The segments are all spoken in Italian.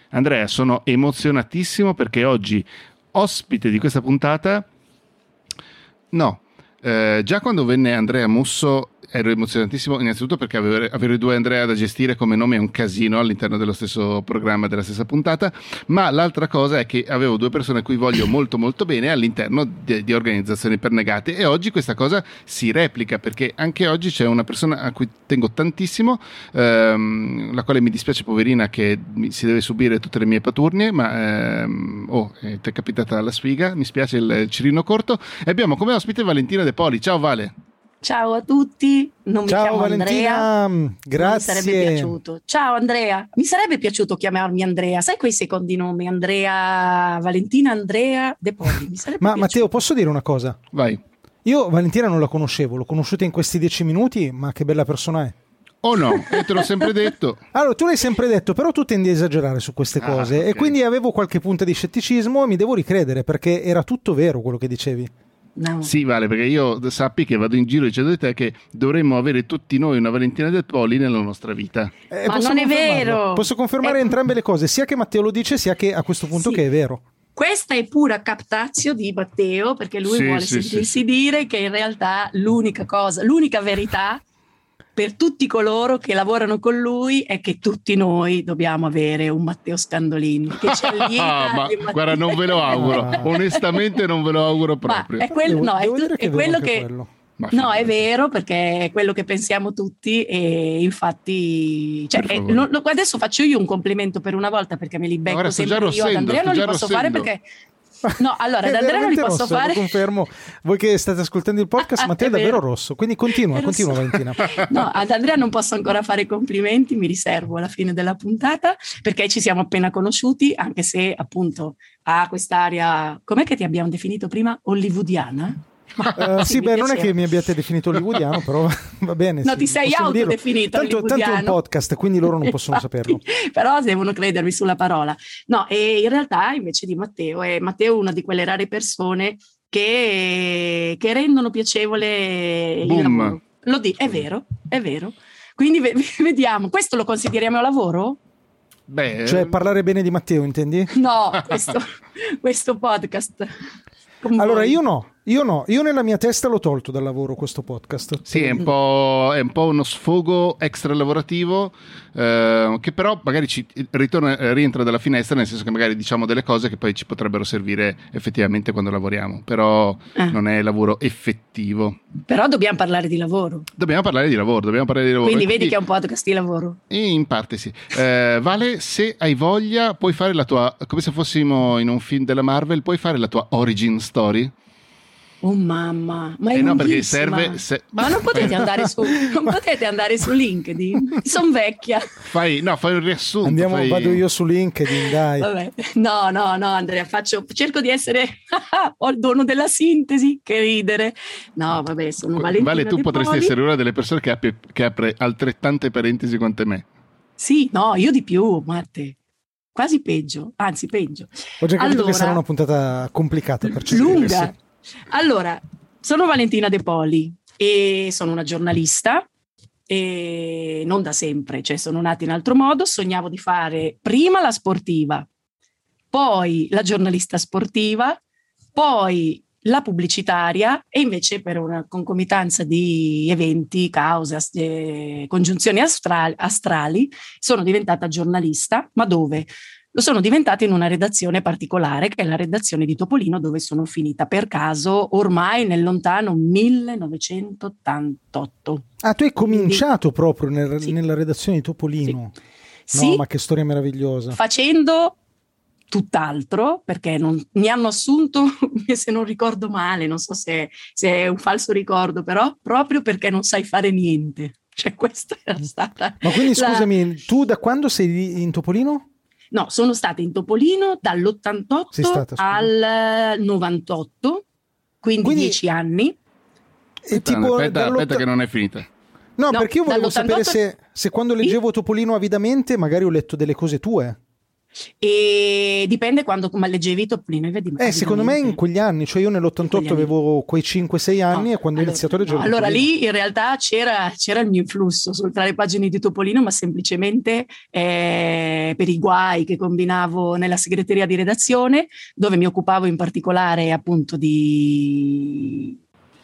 Andrea, sono emozionatissimo perché oggi ospite di questa puntata, già quando venne Andrea Musso ero emozionatissimo, innanzitutto perché avere due Andrea da gestire come nome è un casino all'interno dello stesso programma, della stessa puntata, ma l'altra cosa è che avevo due persone a cui voglio molto molto bene all'interno di organizzazioni per negati, e oggi questa cosa si replica perché anche oggi c'è una persona a cui tengo tantissimo, la quale mi dispiace poverina che si deve subire tutte le mie paturnie, ma ti è capitata la sfiga, mi spiace il cirino corto, e abbiamo come ospite Valentina De Poli. Ciao Vale. Ciao a tutti, non mi chiamo Valentina, Andrea. grazie. Mi sarebbe piaciuto. Ciao Andrea, mi sarebbe piaciuto chiamarmi Andrea, sai quei secondi nomi? Andrea, Valentina Andrea De Poli. Mi sarebbe piaciuto. Matteo, posso dire una cosa? Vai. Io Valentina non la conoscevo, l'ho conosciuta in questi 10 minuti, ma che bella persona è. Oh no, te l'ho sempre detto. Allora, tu l'hai sempre detto, però tu tendi a esagerare su queste cose, okay. E quindi avevo qualche punta di scetticismo e mi devo ricredere perché era tutto vero quello che dicevi. No. Sì, Vale, perché io sappi che vado in giro dicendo di te che dovremmo avere tutti noi una Valentina De Poli nella nostra vita. Ma non è vero. Posso confermare entrambe le cose, sia che Matteo lo dice, sia che a questo punto che è vero. Questa è pura captatio di Matteo, perché lui vuole sentirsi dire che in realtà l'unica verità per tutti coloro che lavorano con lui è che tutti noi dobbiamo avere un Matteo Scandolini che ci allieta. Ma guarda, non ve lo auguro, onestamente non ve lo auguro proprio. Ma è quello che no, è vero, perché è quello che pensiamo tutti, e infatti adesso faccio io un complimento per una volta, perché me li becco sempre io. Ad Andrea non li posso fare perché no, allora ad Andrea non li posso fare. Lo confermo, voi che state ascoltando il podcast, Matteo è davvero rosso, quindi continua Valentina. No, ad Andrea non posso ancora fare complimenti, mi riservo alla fine della puntata, perché ci siamo appena conosciuti, anche se appunto ha quest'area, com'è che ti abbiamo definito prima? Hollywoodiana? Non è che mi abbiate definito hollywoodiano, però va bene. No, ti sei autodefinito hollywoodiano. Tanto è un podcast, quindi loro non possono saperlo. Però devono credermi sulla parola. No, e in realtà invece di Matteo è una di quelle rare persone che rendono piacevole il lavoro. È vero. Quindi vediamo, questo lo consideriamo lavoro? Beh, cioè parlare bene di Matteo, intendi? No, questo podcast. Allora io nella mia testa l'ho tolto dal lavoro questo podcast. Sì, è un po' uno sfogo extra lavorativo, che però magari rientra dalla finestra, nel senso che magari diciamo delle cose che poi ci potrebbero servire effettivamente quando lavoriamo, però non è lavoro effettivo. Però dobbiamo parlare di lavoro. Dobbiamo parlare di lavoro. Quindi vedi che è un podcast di lavoro. In parte sì. Vale, se hai voglia puoi fare la tua, come se fossimo in un film della Marvel, puoi fare la tua origin story. Oh mamma, ma è no, perché serve ma non potete andare su LinkedIn, sono vecchia. Fai un riassunto. Vado io su LinkedIn, dai. Vabbè. No Andrea, cerco di essere ho il dono della sintesi, che ridere. No vabbè, sono Valentina Vale, tu De potresti Poli. essere una delle persone che apre altrettante parentesi quante me. Sì, no, io di più, Matte. Quasi peggio, anzi peggio. Ho già capito che sarà una puntata complicata per certi lunga. versi. Allora, sono Valentina De Poli e sono una giornalista, e non da sempre, cioè sono nata in altro modo. Sognavo di fare prima la sportiva, poi la giornalista sportiva, poi la pubblicitaria, e invece per una concomitanza di eventi, cause, congiunzioni astrali sono diventata giornalista. Ma dove? Lo sono diventata in una redazione particolare, che è la redazione di Topolino, dove sono finita per caso ormai nel lontano 1988. Ah, tu hai cominciato proprio nella redazione di Topolino? Sì. No, ma che storia meravigliosa. Facendo tutt'altro, perché mi hanno assunto, se non ricordo male, non so se è un falso ricordo, però proprio perché non sai fare niente. Cioè questa era stata... Ma quindi scusami, tu da quando sei in Topolino? No, sono stata in Topolino dall'88 al 98, quindi 10 anni. E tipo aspetta che non è finita. No, perché io volevo sapere se quando leggevo Topolino avidamente magari ho letto delle cose tue. E dipende quando come leggevi Topolino. Vedi, secondo me in quegli anni, cioè io nell'88 avevo quei 5-6 anni, e quando ho iniziato a leggere allora Topolino. lì in realtà c'era il mio influsso tra le pagine di Topolino, ma semplicemente per i guai che combinavo nella segreteria di redazione, dove mi occupavo in particolare appunto di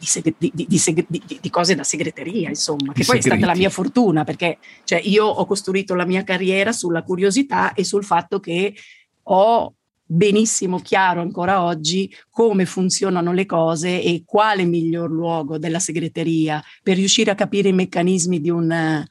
cose da segreteria, insomma, che poi è stata la mia fortuna, perché cioè, io ho costruito la mia carriera sulla curiosità e sul fatto che ho benissimo chiaro ancora oggi come funzionano le cose e quale miglior luogo della segreteria per riuscire a capire i meccanismi di una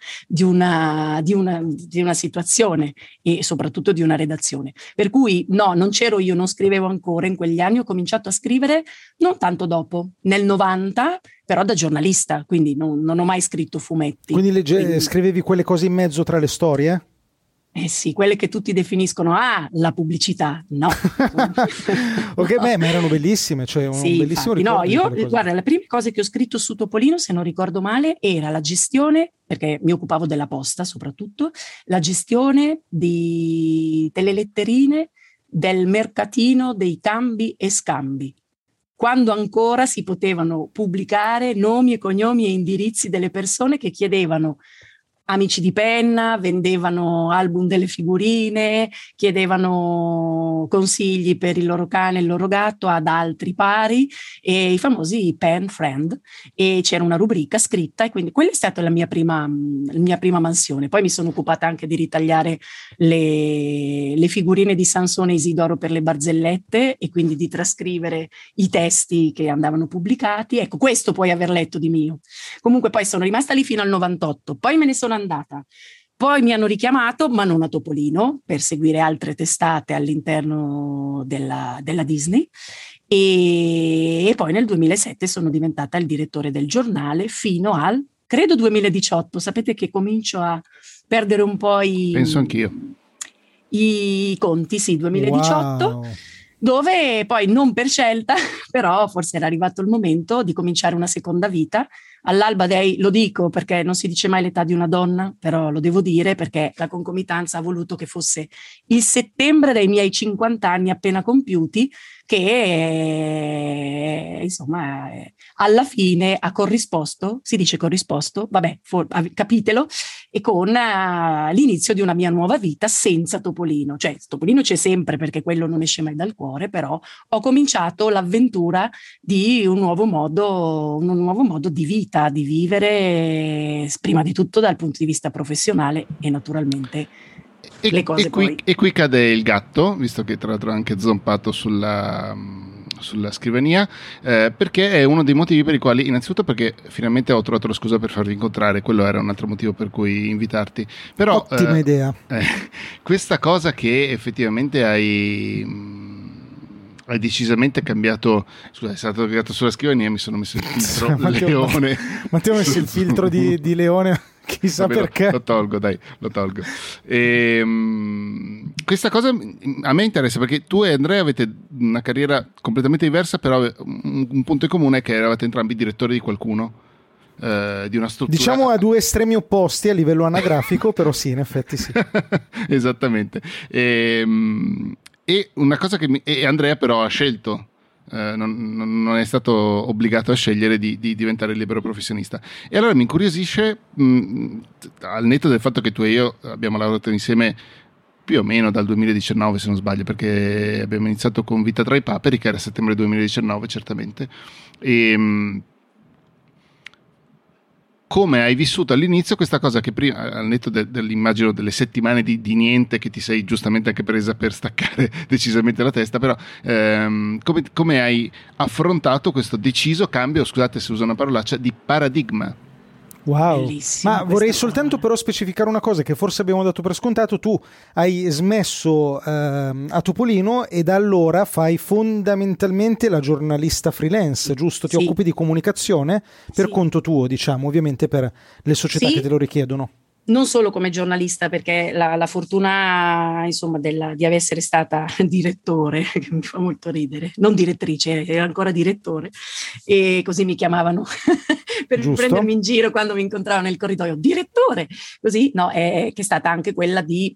situazione e soprattutto di una redazione. Per cui no, non c'ero io, non scrivevo ancora in quegli anni, ho cominciato a scrivere non tanto dopo, nel 90, però da giornalista, quindi non ho mai scritto fumetti. Quindi scrivevi quelle cose in mezzo tra le storie? Eh sì, quelle che tutti definiscono la pubblicità, no. Ok, ma erano bellissime, cioè un bellissimo ricordo. No, io guarda, le prime cose che ho scritto su Topolino, se non ricordo male, era la gestione, perché mi occupavo della posta soprattutto, la gestione delle letterine del mercatino dei cambi e scambi, quando ancora si potevano pubblicare nomi e cognomi e indirizzi delle persone che chiedevano amici di penna, vendevano album delle figurine, chiedevano consigli per il loro cane e il loro gatto ad altri pari, e i famosi pen friend, e c'era una rubrica scritta, e quindi quella è stata la mia prima mansione. Poi mi sono occupata anche di ritagliare le figurine di Sansone e Isidoro per le barzellette, e quindi di trascrivere i testi che andavano pubblicati. Ecco, questo puoi aver letto di mio. Comunque poi sono rimasta lì fino al 98, poi me ne sono andata. Poi mi hanno richiamato, ma non a Topolino, per seguire altre testate all'interno della Disney, e poi nel 2007 sono diventata il direttore del giornale fino al, credo, 2018. Sapete che comincio a perdere un po' penso anch'io i conti, sì, 2018. Wow. Dove poi non per scelta, però forse era arrivato il momento di cominciare una seconda vita. All'alba dei, lo dico perché non si dice mai l'età di una donna, però lo devo dire perché la concomitanza ha voluto che fosse il settembre dei miei 50 anni appena compiuti, che insomma alla fine ha corrisposto, si dice corrisposto, vabbè, capitelo, e con l'inizio di una mia nuova vita senza Topolino. Cioè Topolino c'è sempre perché quello non esce mai dal cuore, però ho cominciato l'avventura di un nuovo modo di vita, di vivere, prima di tutto dal punto di vista professionale e naturalmente le cose e qui cade il gatto, visto che tra l'altro ha anche zompato sulla scrivania, perché è uno dei motivi per i quali, innanzitutto perché finalmente ho trovato la scusa per farvi incontrare, quello era un altro motivo per cui invitarti, però ottima idea, questa cosa che effettivamente hai decisamente cambiato. Scusa, è stato legato sulla scrivania, mi sono messo il filtro leone. Matteo ha messo il filtro di leone, chissà perché. Lo tolgo. Questa cosa a me interessa perché tu e Andrea avete una carriera completamente diversa, però un punto in comune è che eravate entrambi direttori di qualcuno, di una struttura, diciamo a due estremi opposti a livello anagrafico, però sì, in effetti sì. Esattamente. E una cosa e Andrea però ha scelto, non è stato obbligato a scegliere di diventare libero professionista, e allora mi incuriosisce, al netto del fatto che tu e io abbiamo lavorato insieme più o meno dal 2019, se non sbaglio, perché abbiamo iniziato con Vita tra i paperi, che era settembre 2019 certamente, e come hai vissuto all'inizio questa cosa che prima, al netto dell'immagino delle settimane di niente che ti sei giustamente anche presa per staccare decisamente la testa, però come hai affrontato questo deciso cambio, scusate se uso una parolaccia, di paradigma? Wow, bellissima, ma vorrei soltanto però specificare una cosa che forse abbiamo dato per scontato. Tu hai smesso a Topolino e da allora fai fondamentalmente la giornalista freelance, giusto? Ti occupi di comunicazione per conto tuo, diciamo, ovviamente per le società che te lo richiedono. Non solo come giornalista, perché la fortuna, insomma, di essere stata direttore, che mi fa molto ridere, non direttrice, era ancora direttore, e così mi chiamavano per prendermi in giro quando mi incontravano nel corridoio, direttore, così, no, che è stata anche quella di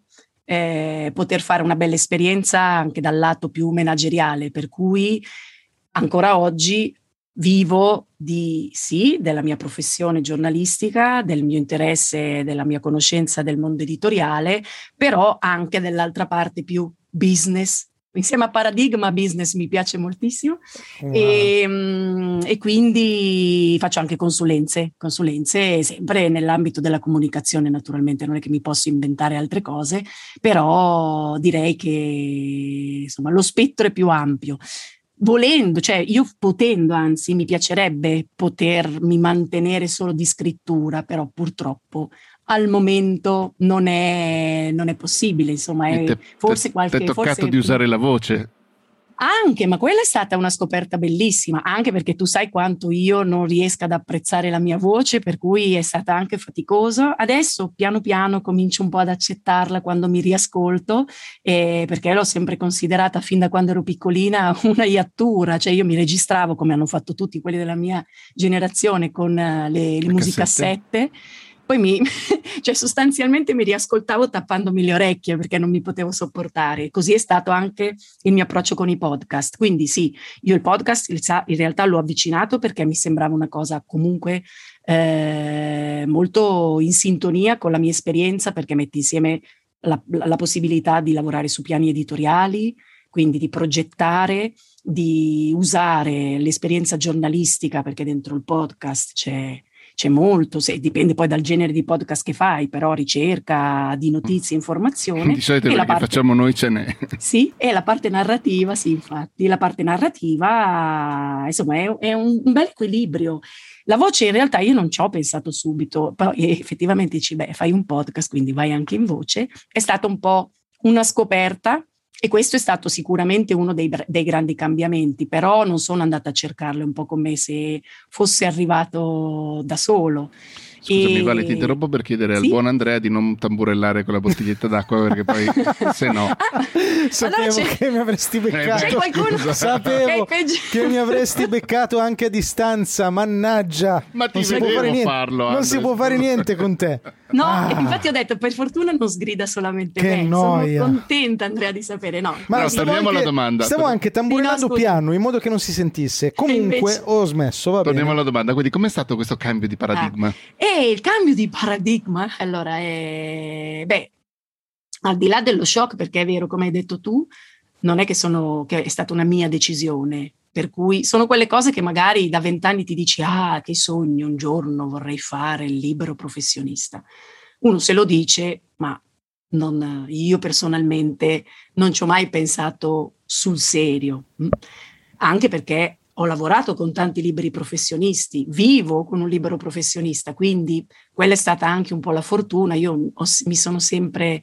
poter fare una bella esperienza anche dal lato più manageriale, per cui ancora oggi vivo della mia professione giornalistica, del mio interesse, della mia conoscenza del mondo editoriale, però anche dell'altra parte più business. Insieme a Paradigma, business mi piace moltissimo. Wow. E quindi faccio anche consulenze sempre nell'ambito della comunicazione, naturalmente non è che mi posso inventare altre cose, però direi che insomma lo spettro è più ampio. Volendo, cioè io potendo, anzi mi piacerebbe potermi mantenere solo di scrittura, però purtroppo al momento non è possibile, insomma, forse qualche... Ti è toccato di usare la voce? Anche, ma quella è stata una scoperta bellissima, anche perché tu sai quanto io non riesca ad apprezzare la mia voce, per cui è stata anche faticoso. Adesso piano piano comincio un po' ad accettarla quando mi riascolto, perché l'ho sempre considerata fin da quando ero piccolina una iattura, cioè io mi registravo come hanno fatto tutti quelli della mia generazione con le musicassette. Poi cioè sostanzialmente mi riascoltavo tappandomi le orecchie perché non mi potevo sopportare. Così è stato anche il mio approccio con i podcast. Quindi sì, io il podcast in realtà l'ho avvicinato perché mi sembrava una cosa comunque molto in sintonia con la mia esperienza, perché mette insieme la possibilità di lavorare su piani editoriali, quindi di progettare, di usare l'esperienza giornalistica, perché dentro il podcast c'è molto, dipende poi dal genere di podcast che fai, però ricerca di notizie, informazione. Di solito quello che facciamo noi ce n'è. Sì, e la parte narrativa, sì, infatti. La parte narrativa, insomma, è un bel equilibrio. La voce in realtà io non ci ho pensato subito, però effettivamente dici, fai un podcast, quindi vai anche in voce. È stata un po' una scoperta. E questo è stato sicuramente uno dei grandi cambiamenti, però non sono andata a cercarlo, un po' come se fosse arrivato da solo. Scusami, Vale, ti interrompo per chiedere al buon Andrea di non tamburellare con la bottiglietta d'acqua, perché poi se no... Sapevo che mi avresti beccato. C'è qualcuno? Sapevo che mi avresti beccato anche a distanza, mannaggia. Ma ti vedevo farlo, non si può fare niente con te. No, infatti ho detto, per fortuna non sgrida solamente che me. Noia. Sono contenta, Andrea, di sapere. No, ma torniamo alla domanda. Stavo anche tamburellando piano in modo che non si sentisse. Comunque invece... ho smesso, va torniamo bene. alla domanda. Quindi com'è stato questo cambio di paradigma? Il cambio di paradigma, allora, al di là dello shock, perché è vero, come hai detto tu, non è che è stata una mia decisione, per cui sono quelle cose che magari da 20 anni ti dici, che sogno, un giorno vorrei fare il libero professionista. Uno se lo dice, ma io personalmente non ci ho mai pensato sul serio, anche perché ho lavorato con tanti liberi professionisti, vivo con un libero professionista, quindi quella è stata anche un po' la fortuna. Io mi sono sempre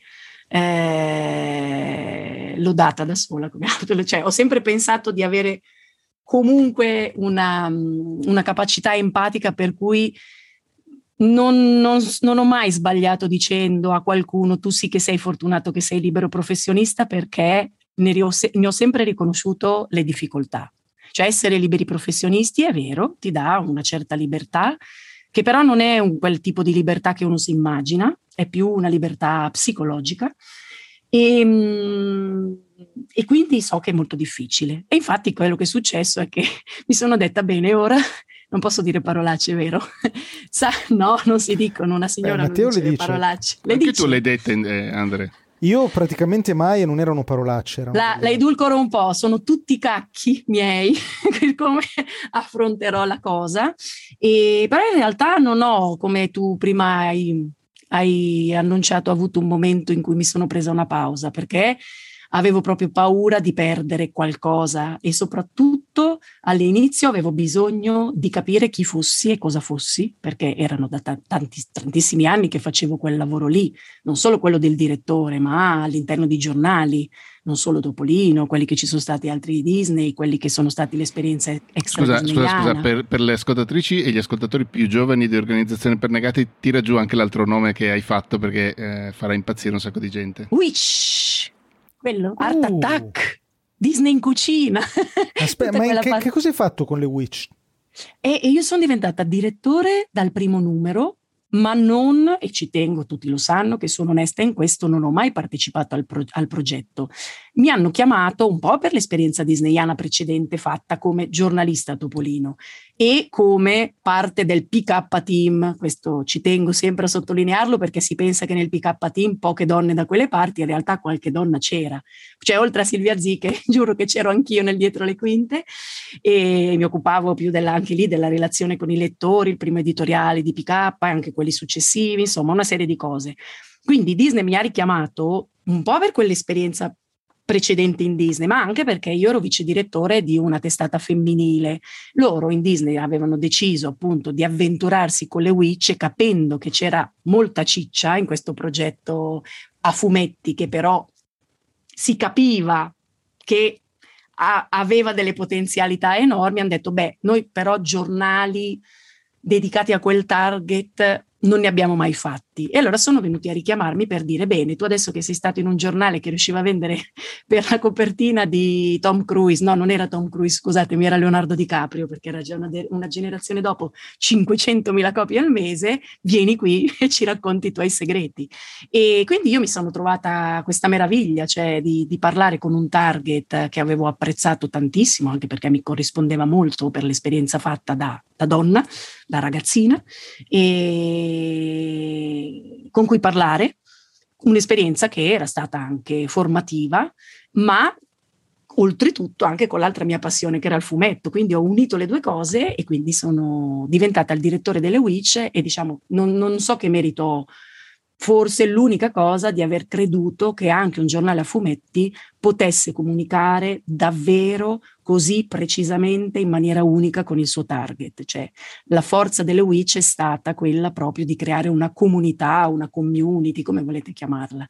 lodata da sola, cioè ho sempre pensato di avere comunque una capacità empatica, per cui non ho mai sbagliato dicendo a qualcuno tu sì che sei fortunato che sei libero professionista, perché ne ho sempre riconosciuto le difficoltà. Cioè essere liberi professionisti è vero, ti dà una certa libertà, che però non è quel tipo di libertà che uno si immagina, è più una libertà psicologica e quindi so che è molto difficile. E infatti quello che è successo è che mi sono detta, bene, ora non posso dire parolacce, vero? No, non si dicono, una signora non dice le parolacce. Anche tu le hai dette, Andrea? Io praticamente mai, e non erano parolacce. La edulcoro un po', sono tutti cacchi miei, come affronterò la cosa. Però in realtà non ho, come tu prima hai annunciato, ho avuto un momento in cui mi sono presa una pausa, perché avevo proprio paura di perdere qualcosa e soprattutto all'inizio avevo bisogno di capire chi fossi e cosa fossi, perché erano da tantissimi anni che facevo quel lavoro lì, non solo quello del direttore, ma all'interno di giornali, non solo Topolino, quelli che ci sono stati altri di Disney, quelli che sono stati l'esperienza extra Scusa, per le ascoltatrici e gli ascoltatori più giovani di Organizzazione per Negati, tira giù anche l'altro nome che hai fatto, perché farà impazzire un sacco di gente. Witch! Quello, Art Attack, Disney in cucina. Aspetta, ma che cosa hai fatto con le Witch? E io sono diventata direttore dal primo numero, ma non, e ci tengo, tutti lo sanno che sono onesta in questo, non ho mai partecipato al progetto. Mi hanno chiamato un po' per l'esperienza disneyana precedente fatta come giornalista a Topolino e come parte del PK Team. Questo ci tengo sempre a sottolinearlo, perché si pensa che nel PK Team poche donne da quelle parti, in realtà qualche donna c'era. Cioè, oltre a Silvia Ziche, giuro che c'ero anch'io nel dietro le quinte, e mi occupavo più anche lì della relazione con i lettori, il primo editoriale di PK e anche quelli successivi, insomma una serie di cose. Quindi Disney mi ha richiamato un po' per quell'esperienza precedente in Disney, ma anche perché io ero vice direttore di una testata femminile. Loro in Disney avevano deciso appunto di avventurarsi con le Witch, capendo che c'era molta ciccia in questo progetto a fumetti, che però si capiva che aveva delle potenzialità enormi. Hanno detto, beh, noi però giornali dedicati a quel target non ne abbiamo mai fatti. E allora sono venuti a richiamarmi per dire, bene, tu adesso che sei stato in un giornale che riusciva a vendere per la copertina di Tom Cruise, no, non era Tom Cruise, scusatemi, era Leonardo DiCaprio, perché era già una generazione dopo, 500.000 copie al mese, vieni qui e ci racconti i tuoi segreti. E quindi io mi sono trovata questa meraviglia, cioè di parlare con un target che avevo apprezzato tantissimo, anche perché mi corrispondeva molto per l'esperienza fatta da donna, da ragazzina, e con cui parlare, un'esperienza che era stata anche formativa, ma oltretutto anche con l'altra mia passione che era il fumetto. Quindi ho unito le due cose e quindi sono diventata il direttore delle Witch e diciamo non so che merito ho, forse l'unica cosa di aver creduto che anche un giornale a fumetti potesse comunicare davvero così precisamente, in maniera unica con il suo target. Cioè la forza delle Witch è stata quella proprio di creare una comunità, una community, come volete chiamarla.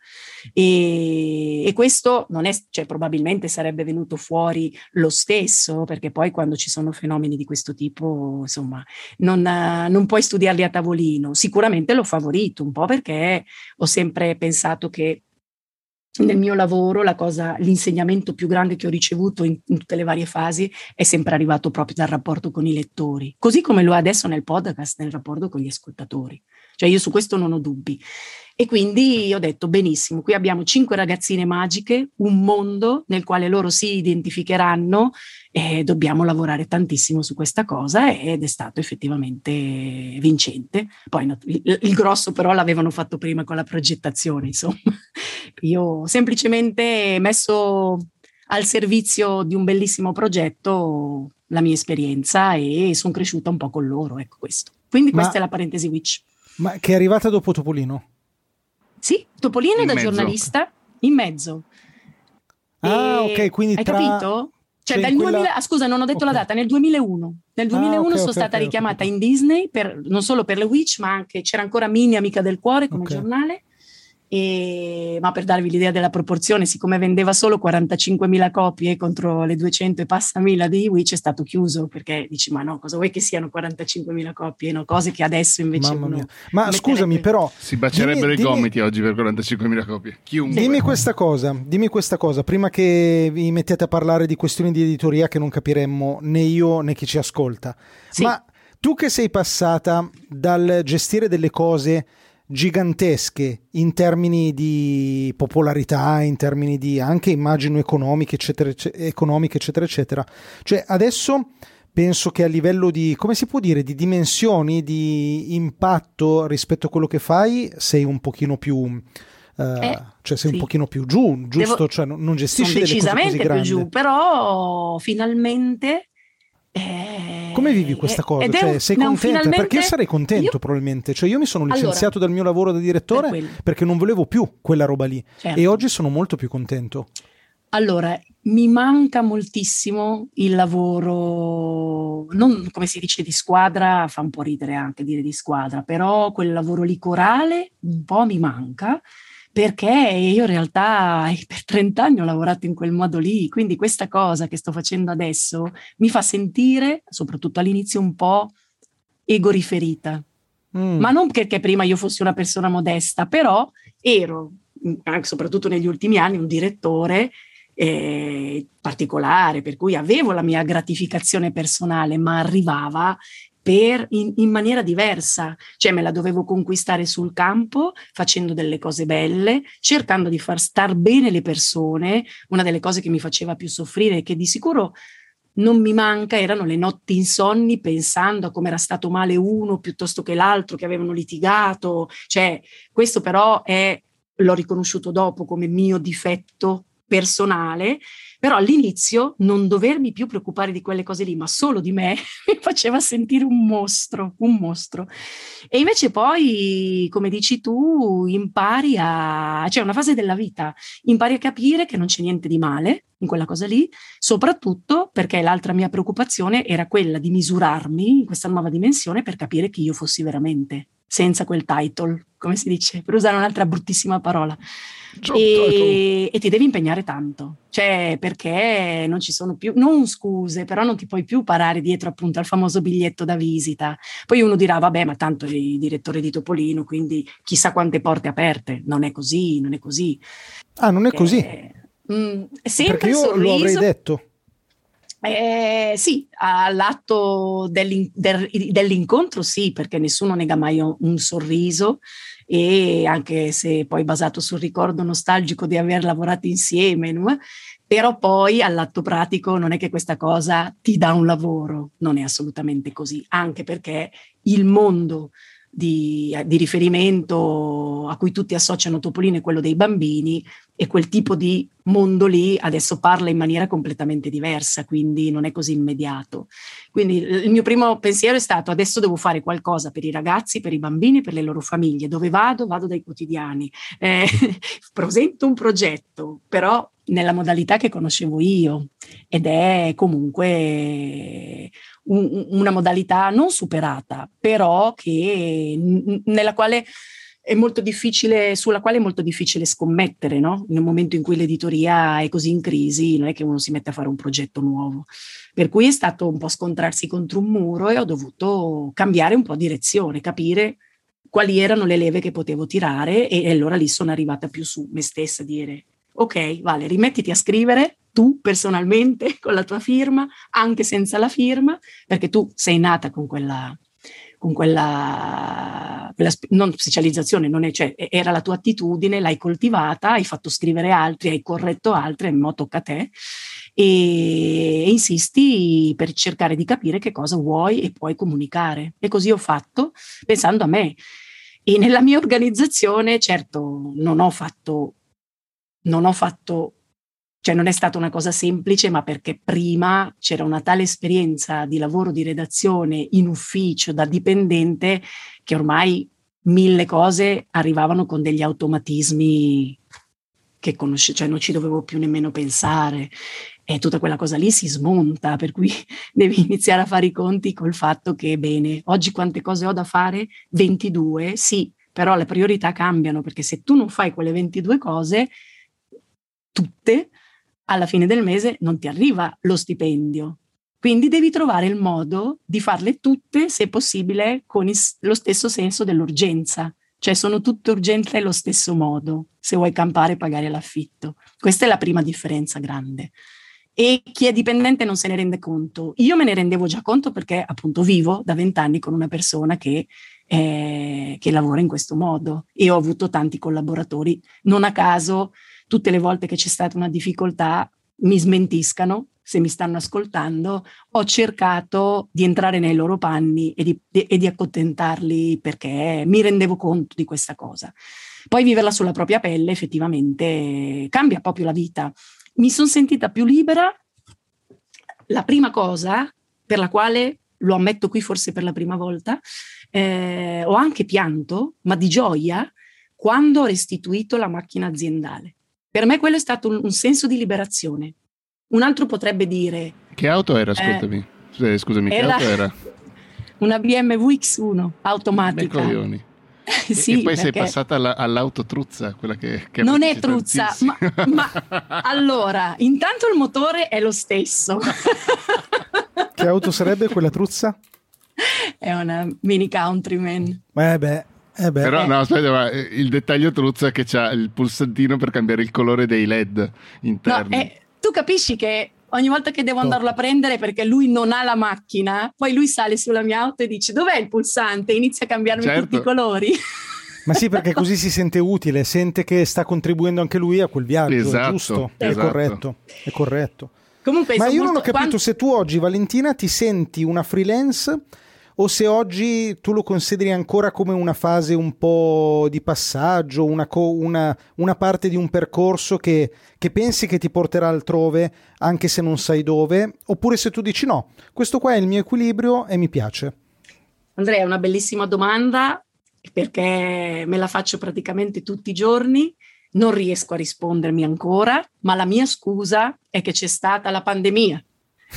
E questo non è, cioè probabilmente sarebbe venuto fuori lo stesso, perché poi quando ci sono fenomeni di questo tipo, insomma, non puoi studiarli a tavolino. Sicuramente l'ho favorito un po' perché ho sempre pensato che nel mio lavoro l'insegnamento più grande che ho ricevuto in tutte le varie fasi è sempre arrivato proprio dal rapporto con i lettori, così come lo è adesso nel podcast, nel rapporto con gli ascoltatori. Cioè io su questo non ho dubbi. E quindi ho detto, benissimo, qui abbiamo 5 ragazzine magiche, un mondo nel quale loro si identificheranno e dobbiamo lavorare tantissimo su questa cosa, ed è stato effettivamente vincente. Poi il grosso però l'avevano fatto prima con la progettazione, insomma. Io ho semplicemente messo al servizio di un bellissimo progetto la mia esperienza e sono cresciuta un po' con loro, ecco questo. Quindi questa è la parentesi Witch. Ma che è arrivata dopo Topolino? Sì, Topolino In da mezzo. Giornalista in mezzo. Ok, quindi hai capito? Cioè dal 2000, scusa, non ho detto la data, nel 2001. Nel 2001 sono stata richiamata in Disney non solo per le Witch, ma anche c'era ancora Minnie Amica del Cuore come giornale. Ma per darvi l'idea della proporzione, siccome vendeva solo 45.000 copie contro le 200 e passa mila di Witch, è stato chiuso, perché dici ma no, cosa vuoi che siano 45.000 copie, no? Cose che adesso invece uno ma scusami, però si bacerebbero i gomiti oggi per 45.000 copie. Chiunque. Dimmi questa cosa prima che vi mettete a parlare di questioni di editoria che non capiremmo né io né chi ci ascolta. Sì. Ma tu che sei passata dal gestire delle cose gigantesche in termini di popolarità, in termini di anche immagino economiche eccetera, cioè adesso penso che a livello di, come si può dire, di dimensioni, di impatto rispetto a quello che fai, sei un pochino più cioè sei un pochino più giusto? Cioè non gestisci delle cose così grandi. Più giù, però finalmente come vivi questa cosa? Cioè, sei contenta? Perché io sarei contento probabilmente. Cioè io mi sono licenziato dal mio lavoro da direttore perché non volevo più quella roba lì. Certo. E oggi sono molto più contento. Allora, mi manca moltissimo il lavoro, non come si dice di squadra, fa un po' ridere anche dire di squadra, però quel lavoro lì corale un po' mi manca, perché io in realtà per 30 anni ho lavorato in quel modo lì, quindi questa cosa che sto facendo adesso mi fa sentire, soprattutto all'inizio, un po' egoriferita. Ma non perché prima io fossi una persona modesta, però ero, anche soprattutto negli ultimi anni, un direttore particolare, per cui avevo la mia gratificazione personale, ma arrivava in maniera diversa, cioè me la dovevo conquistare sul campo, facendo delle cose belle, cercando di far star bene le persone. Una delle cose che mi faceva più soffrire e che di sicuro non mi manca erano le notti insonni pensando a come era stato male uno piuttosto che l'altro, che avevano litigato. Cioè, questo però l'ho riconosciuto dopo come mio difetto personale, però all'inizio non dovermi più preoccupare di quelle cose lì, ma solo di me, mi faceva sentire un mostro. E invece poi, come dici tu, c'è una fase della vita, impari a capire che non c'è niente di male in quella cosa lì, soprattutto perché l'altra mia preoccupazione era quella di misurarmi in questa nuova dimensione per capire chi io fossi veramente, senza quel title, come si dice, per usare un'altra bruttissima parola. E ti devi impegnare tanto, cioè perché non ci sono più, non scuse, però non ti puoi più parare dietro appunto al famoso biglietto da visita. Poi uno dirà, vabbè, ma tanto è il direttore di Topolino, quindi chissà quante porte aperte. Non è così. Ah, non è così? Sempre perché io sorriso. lo avrei detto. Sì, all'atto dell'incontro sì, perché nessuno nega mai un sorriso, e anche se poi basato sul ricordo nostalgico di aver lavorato insieme, no? Però poi all'atto pratico non è che questa cosa ti dà un lavoro, non è assolutamente così, anche perché il mondo di riferimento a cui tutti associano Topolino è quello dei bambini, e quel tipo di mondo lì adesso parla in maniera completamente diversa, quindi non è così immediato. Quindi il mio primo pensiero è stato: adesso devo fare qualcosa per i ragazzi, per i bambini, per le loro famiglie. Dove vado? Vado dai quotidiani, presento un progetto, però nella modalità che conoscevo io, ed è comunque una modalità non superata, però nella quale è molto difficile, sulla quale è molto difficile scommettere, no? Nel momento in cui l'editoria è così in crisi, non è che uno si mette a fare un progetto nuovo. Per cui è stato un po' scontrarsi contro un muro, e ho dovuto cambiare un po' direzione, capire quali erano le leve che potevo tirare, e allora lì sono arrivata più su me stessa a dire: ok, Vale, rimettiti a scrivere tu personalmente con la tua firma, anche senza la firma, perché tu sei nata con quella non specializzazione, non è, cioè, era la tua attitudine, l'hai coltivata, hai fatto scrivere altri, hai corretto altri, e mo tocca a te, e insisti per cercare di capire che cosa vuoi e puoi comunicare. E così ho fatto, pensando a me. E nella mia organizzazione, certo, non ho fatto, cioè non è stata una cosa semplice, ma perché prima c'era una tale esperienza di lavoro di redazione in ufficio da dipendente, che ormai 1000 cose arrivavano con degli automatismi che cioè non ci dovevo più nemmeno pensare, e tutta quella cosa lì si smonta, per cui devi iniziare a fare i conti col fatto che, bene, oggi quante cose ho da fare? 22, sì, però le priorità cambiano, perché se tu non fai quelle 22 cose tutte, alla fine del mese non ti arriva lo stipendio. Quindi devi trovare il modo di farle tutte, se possibile, con lo stesso senso dell'urgenza. Cioè sono tutte urgenti allo stesso modo, se vuoi campare e pagare l'affitto. Questa è la prima differenza grande. E chi è dipendente non se ne rende conto. Io me ne rendevo già conto perché appunto vivo da 20 anni con una persona che lavora in questo modo, e ho avuto tanti collaboratori. Non a caso tutte le volte che c'è stata una difficoltà mi smentiscano, se mi stanno ascoltando. Ho cercato di entrare nei loro panni e di accontentarli, perché mi rendevo conto di questa cosa. Poi viverla sulla propria pelle effettivamente cambia proprio la vita. Mi sono sentita più libera. La prima cosa per la quale, lo ammetto qui forse per la prima volta, ho anche pianto, ma di gioia, quando ho restituito la macchina aziendale. Per me quello è stato un senso di liberazione. Un altro potrebbe dire... Che auto era, scusami? Scusami, che auto era? Una BMW X1 automatica. Beh, coglioni. Sì, e poi perché... sei passata all'auto truzza, quella che non è truzza, ma allora, intanto il motore è lo stesso. Che auto sarebbe quella truzza? È una Mini Countryman. Però no, aspetta, ma il dettaglio truzza è che c'ha il pulsantino per cambiare il colore dei LED interni. No, tu capisci che ogni volta che devo andarlo a prendere perché lui non ha la macchina, poi lui sale sulla mia auto e dice dov'è il pulsante? Inizia a cambiarmi tutti i colori. Ma sì, perché così si sente utile, sente che sta contribuendo anche lui a quel viaggio, esatto, giusto? Esatto. È corretto. Comunque, ma io non ho capito se tu oggi, Valentina, ti senti una freelance o se oggi tu lo consideri ancora come una fase un po' di passaggio, una parte di un percorso che pensi che ti porterà altrove anche se non sai dove, oppure se tu dici no, questo qua è il mio equilibrio e mi piace. Andrea, è una bellissima domanda perché me la faccio praticamente tutti i giorni, non riesco a rispondermi ancora, ma la mia scusa è che c'è stata la pandemia.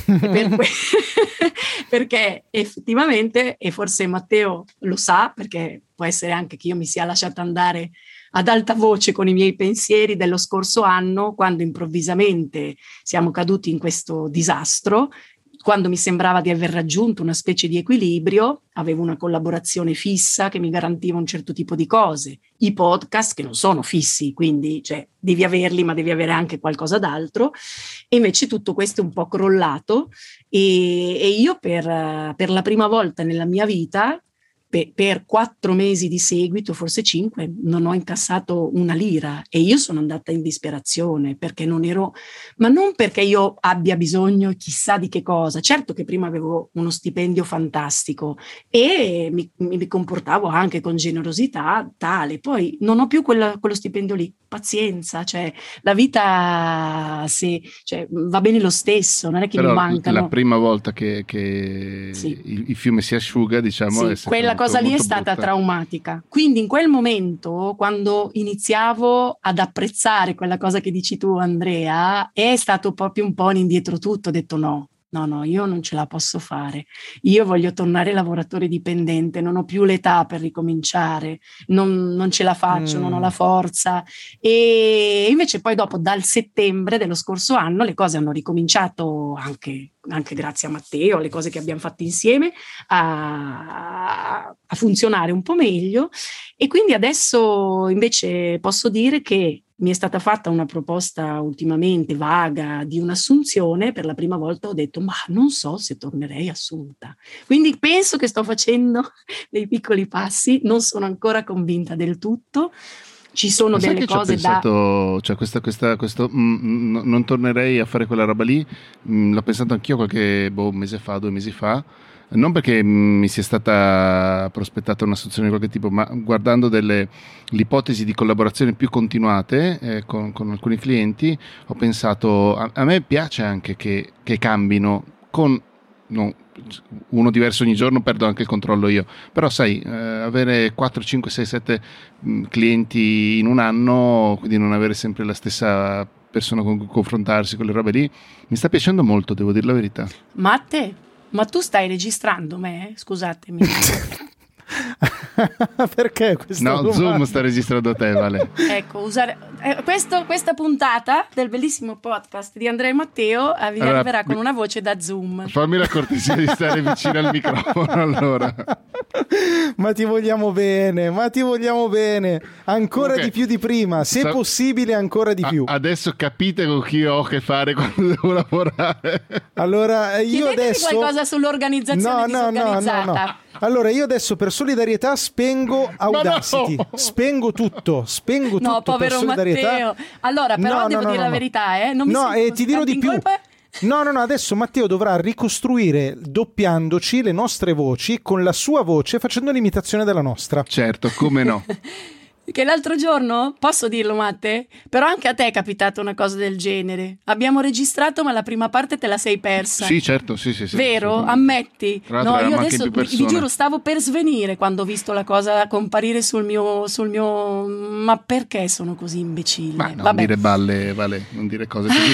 Perché effettivamente, e forse Matteo lo sa, perché può essere anche che io mi sia lasciata andare ad alta voce con i miei pensieri dello scorso anno, quando improvvisamente siamo caduti in questo disastro, quando mi sembrava di aver raggiunto una specie di equilibrio, avevo una collaborazione fissa che mi garantiva un certo tipo di cose, i podcast che non sono fissi, quindi devi averli ma devi avere anche qualcosa d'altro, e invece tutto questo è un po' crollato e io per la prima volta nella mia vita, per 4 mesi di seguito, forse 5, non ho incassato una lira e io sono andata in disperazione perché ma non perché io abbia bisogno chissà di che cosa, certo che prima avevo uno stipendio fantastico e mi comportavo anche con generosità tale, poi non ho più quello stipendio lì, pazienza, la vita va bene lo stesso, non è che però mi mancano. La prima volta che sì. il fiume si asciuga, diciamo, sì, quella cosa lì è stata traumatica. Quindi in quel momento, quando iniziavo ad apprezzare quella cosa che dici tu, Andrea, è stato proprio un po' un indietro tutto, ho detto no, io non ce la posso fare, io voglio tornare lavoratore dipendente, non ho più l'età per ricominciare, non ce la faccio, non ho la forza, e invece poi dopo dal settembre dello scorso anno le cose hanno ricominciato anche grazie a Matteo, le cose che abbiamo fatto insieme a funzionare un po' meglio, e quindi adesso invece posso dire che mi è stata fatta una proposta ultimamente vaga di un'assunzione, per la prima volta ho detto ma non so se tornerei assunta, quindi penso che sto facendo dei piccoli passi, non sono ancora convinta del tutto. Ci sono delle cose pensato, questo non tornerei a fare quella roba lì, l'ho pensato anch'io qualche 2 mesi fa, non perché mi sia stata prospettata un'assunzione di qualche tipo, ma guardando l'ipotesi di collaborazione più continuate con alcuni clienti, ho pensato a me piace anche che cambino con uno diverso ogni giorno, perdo anche il controllo io, però sai, avere 4, 5, 6, 7 clienti in un anno, quindi non avere sempre la stessa persona con cui confrontarsi, quelle robe lì, mi sta piacendo molto, devo dire la verità. Ma tu stai registrando me? Scusatemi. Perché questa domanda? Zoom sta registrando te, Vale. Ecco, usare questa puntata del bellissimo podcast di Andrea e Matteo vi arriverà con una voce da Zoom. Fammi la cortesia di stare vicino al microfono, allora. Ma ti vogliamo bene, ancora di più di prima, se possibile ancora di più. Adesso capite con chi ho a che fare quando devo lavorare. Allora io adesso qualcosa sull'organizzazione disorganizzata. No. Allora io adesso per solidarietà spengo Audacity, spengo tutto per solidarietà. Matteo. Allora però devo dire la verità, non mi ti dirò di più. No, adesso Matteo dovrà ricostruire doppiandoci le nostre voci con la sua voce, facendo l'imitazione della nostra. Certo, come no. Che l'altro giorno, posso dirlo Matte? Però anche a te è capitata una cosa del genere. Abbiamo registrato ma la prima parte te la sei persa. Sì, certo, sì. Vero? Ammetti. No, io adesso vi giuro stavo per svenire quando ho visto la cosa comparire sul mio... Ma perché sono così imbecille? Ma non dire balle, Vale, non dire cose così.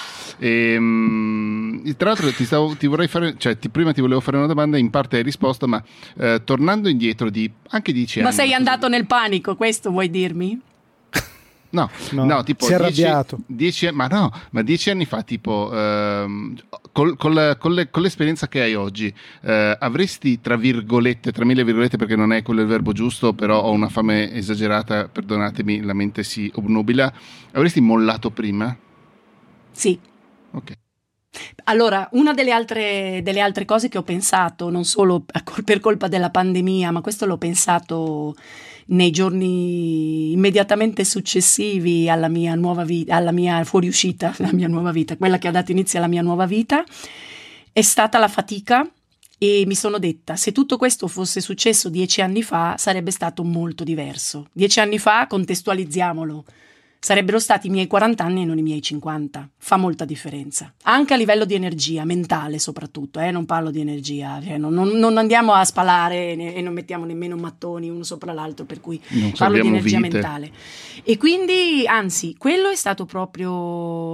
Tra l'altro prima ti volevo fare una domanda, in parte hai risposto, ma tornando indietro di anche 10 anni. Ma sei andato nel panico, questo vuoi dirmi? No, tipo si è arrabbiato. 10 anni fa, tipo con l'esperienza che hai oggi, avresti tra mille virgolette, perché non è quello il verbo giusto, però ho una fame esagerata, perdonatemi, la mente si obnubila, avresti mollato prima? Sì. Ok. Allora, una delle altre cose che ho pensato, non solo per colpa della pandemia, ma questo l'ho pensato nei giorni immediatamente successivi alla mia nuova vita, alla mia fuoriuscita, la mia nuova vita, quella che ha dato inizio alla mia nuova vita, è stata la fatica. E mi sono detta, se tutto questo fosse successo 10 anni fa, sarebbe stato molto diverso. 10 anni fa, contestualizziamolo, sarebbero stati i miei 40 anni e non i miei 50. Fa molta differenza. Anche a livello di energia, mentale soprattutto, non parlo di energia, cioè non andiamo a spalare e non mettiamo nemmeno mattoni uno sopra l'altro, per cui non parlo di energia vite. Mentale. E quindi, anzi, quello è stato proprio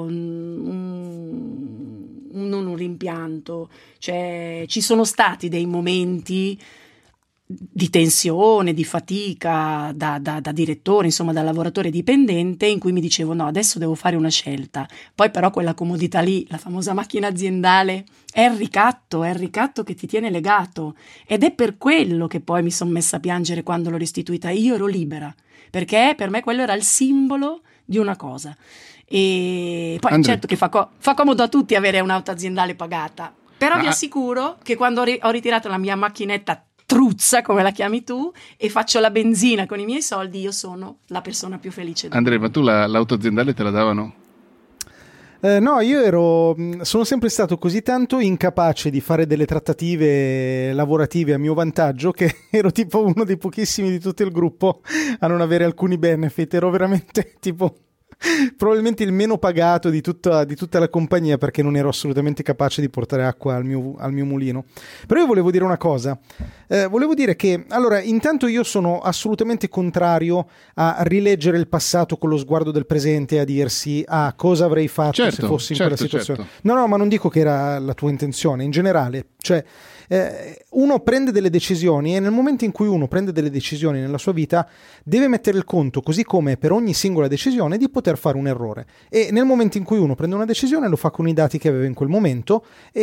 non un rimpianto, cioè ci sono stati dei momenti di tensione, di fatica da direttore, insomma da lavoratore dipendente, in cui mi dicevo no, adesso devo fare una scelta. Poi però quella comodità lì, la famosa macchina aziendale, è il ricatto che ti tiene legato, ed è per quello che poi mi sono messa a piangere quando l'ho restituita. Io ero libera, perché per me quello era il simbolo di una cosa. E poi certo che fa comodo a tutti avere un'auto aziendale pagata, però vi assicuro che quando ho ritirato la mia macchinetta truzza, come la chiami tu, e faccio la benzina con i miei soldi, io sono la persona più felice del Andrea, ma tu l'auto aziendale te la davano? No, sono sempre stato così tanto incapace di fare delle trattative lavorative a mio vantaggio che ero tipo uno dei pochissimi di tutto il gruppo a non avere alcuni benefit. Ero veramente tipo probabilmente il meno pagato di tutta la compagnia, perché non ero assolutamente capace di portare acqua al mio mulino. Però io volevo dire una cosa, volevo dire che allora intanto io sono assolutamente contrario a rileggere il passato con lo sguardo del presente e a dirsi cosa avrei fatto se fossi in quella situazione. No, ma non dico che era la tua intenzione, in generale, cioè uno prende delle decisioni e nel momento in cui uno prende delle decisioni nella sua vita deve mettere il conto, così come per ogni singola decisione, di poter fare un errore, e nel momento in cui uno prende una decisione lo fa con i dati che aveva in quel momento,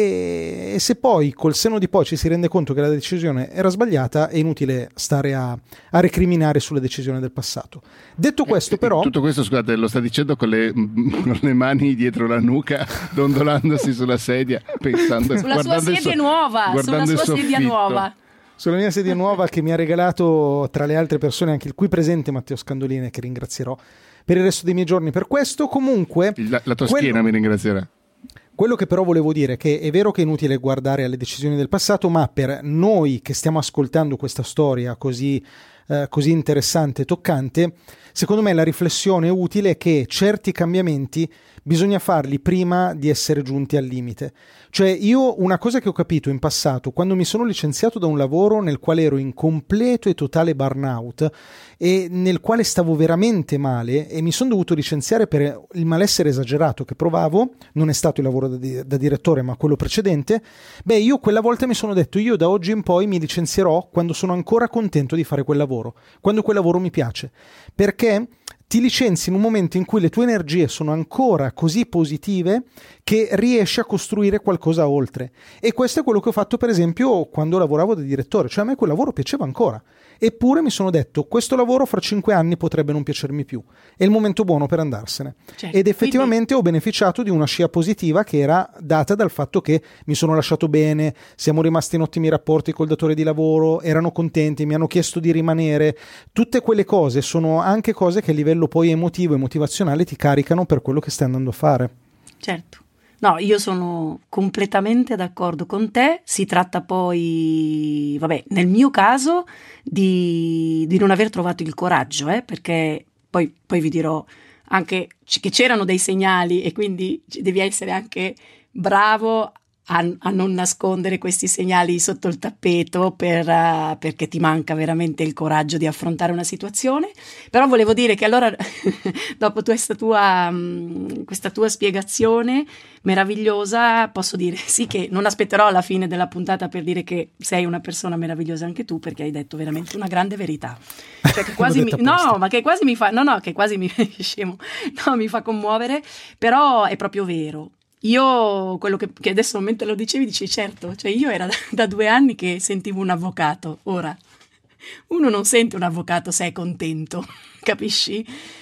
e se poi col senno di poi ci si rende conto che la decisione era sbagliata, è inutile stare a recriminare sulle decisioni del passato. Detto questo, però, tutto questo, scusate, lo sta dicendo con le mani dietro la nuca, dondolandosi sulla sedia, pensando sulla sua sedia nuova, sulla sua sedia nuova. Sulla mia sedia nuova che mi ha regalato, tra le altre persone, anche il qui presente Matteo Scandolini, che ringrazierò per il resto dei miei giorni per questo. Comunque la tua schiena mi ringrazierà. Quello che però volevo dire è che è vero che è inutile guardare alle decisioni del passato, ma per noi che stiamo ascoltando questa storia così interessante e toccante, secondo me la riflessione utile è che certi cambiamenti bisogna farli prima di essere giunti al limite. Cioè, io una cosa che ho capito in passato, quando mi sono licenziato da un lavoro nel quale ero in completo e totale burnout e nel quale stavo veramente male e mi sono dovuto licenziare per il malessere esagerato che provavo, non è stato il lavoro da direttore ma quello precedente, io quella volta mi sono detto, io da oggi in poi mi licenzierò quando sono ancora contento di fare quel lavoro, quando quel lavoro mi piace, perché ti licenzi in un momento in cui le tue energie sono ancora così positive che riesci a costruire qualcosa oltre. E questo è quello che ho fatto, per esempio, quando lavoravo da direttore. Cioè, a me quel lavoro piaceva ancora. Eppure mi sono detto, questo lavoro fra 5 anni potrebbe non piacermi più. È il momento buono per andarsene. Certo, ed effettivamente ho beneficiato di una scia positiva che era data dal fatto che mi sono lasciato bene, siamo rimasti in ottimi rapporti col datore di lavoro, erano contenti, mi hanno chiesto di rimanere. Tutte quelle cose sono anche cose che a livello poi emotivo e motivazionale ti caricano per quello che stai andando a fare. Certo. No, io sono completamente d'accordo con te. Si tratta poi, nel mio caso, di non aver trovato il coraggio, perché poi vi dirò anche che c'erano dei segnali e quindi devi essere anche bravo a non nascondere questi segnali sotto il tappeto perché ti manca veramente il coraggio di affrontare una situazione. Però volevo dire che allora dopo questa tua spiegazione meravigliosa posso dire sì, che non aspetterò alla fine della puntata per dire che sei una persona meravigliosa anche tu, perché hai detto veramente una grande verità, cioè che quasi mi fa commuovere, però è proprio vero. Io, quello che adesso mentre lo dicevi, dici certo, cioè io era da 2 anni che sentivo un avvocato. Ora, uno non sente un avvocato se è contento, capisci?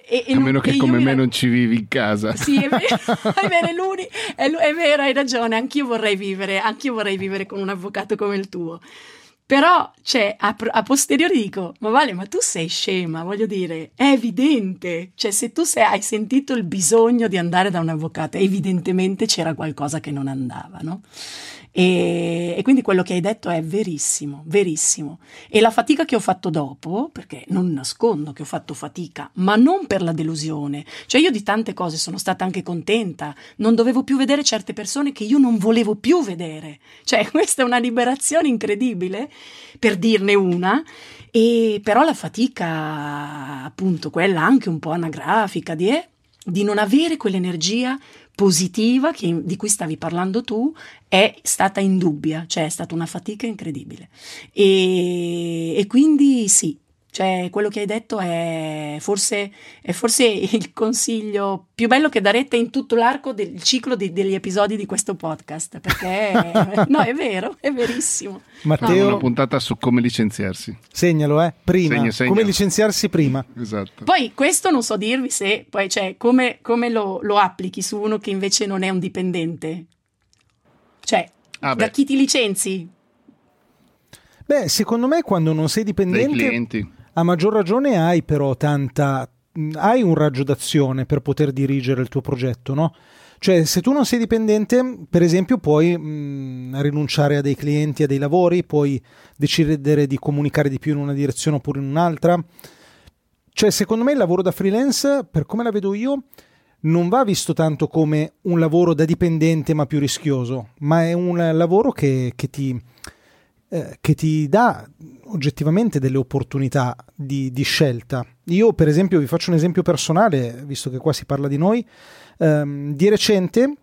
A meno che come me non ci vivi in casa. Sì, è vero, è vero, hai ragione, anch'io vorrei vivere con un avvocato come il tuo. Però, cioè, a posteriori dico, ma Vale, ma tu sei scema, voglio dire, è evidente. Cioè, se tu hai sentito il bisogno di andare da un avvocato, evidentemente c'era qualcosa che non andava, no? E quindi quello che hai detto è verissimo, verissimo. E la fatica che ho fatto dopo, perché non nascondo che ho fatto fatica, ma non per la delusione. Cioè, io di tante cose sono stata anche contenta, non dovevo più vedere certe persone che io non volevo più vedere. Cioè, questa è una liberazione incredibile, per dirne una. E però la fatica, appunto, quella anche un po' anagrafica di non avere quell'energia positiva di cui stavi parlando tu, è stata indubbia, cioè è stata una fatica incredibile. E quindi sì, cioè quello che hai detto è forse il consiglio più bello che darete in tutto l'arco del ciclo degli episodi di questo podcast, perché no, è vero, è verissimo. Matteo, una puntata su come licenziarsi. Segnalo, prima. Segna. Come licenziarsi prima. Esatto. Poi questo non so dirvi se poi, cioè, come lo applichi su uno che invece non è un dipendente. Cioè, da chi ti licenzi? Beh, secondo me quando non sei dipendente, dai clienti, a maggior ragione hai un raggio d'azione per poter dirigere il tuo progetto, no? Cioè, se tu non sei dipendente, per esempio, puoi rinunciare a dei clienti, a dei lavori, puoi decidere di comunicare di più in una direzione oppure in un'altra. Cioè, secondo me il lavoro da freelance, per come la vedo io, non va visto tanto come un lavoro da dipendente ma più rischioso, ma è un lavoro che ti dà oggettivamente delle opportunità di scelta. Io, per esempio, vi faccio un esempio personale, visto che qua si parla di noi. Di recente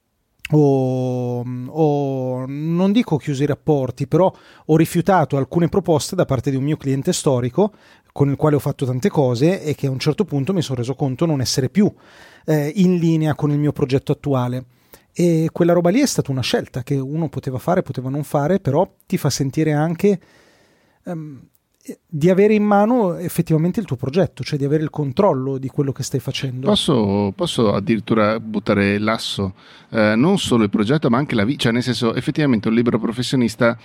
non dico chiuso i rapporti, però ho rifiutato alcune proposte da parte di un mio cliente storico con il quale ho fatto tante cose e che a un certo punto mi sono reso conto non essere più in linea con il mio progetto attuale. E quella roba lì è stata una scelta che uno poteva fare, poteva non fare, però ti fa sentire anche di avere in mano effettivamente il tuo progetto, cioè di avere il controllo di quello che stai facendo. Posso addirittura buttare l'asso, non solo il progetto ma anche la vita, cioè nel senso, effettivamente un libero professionista,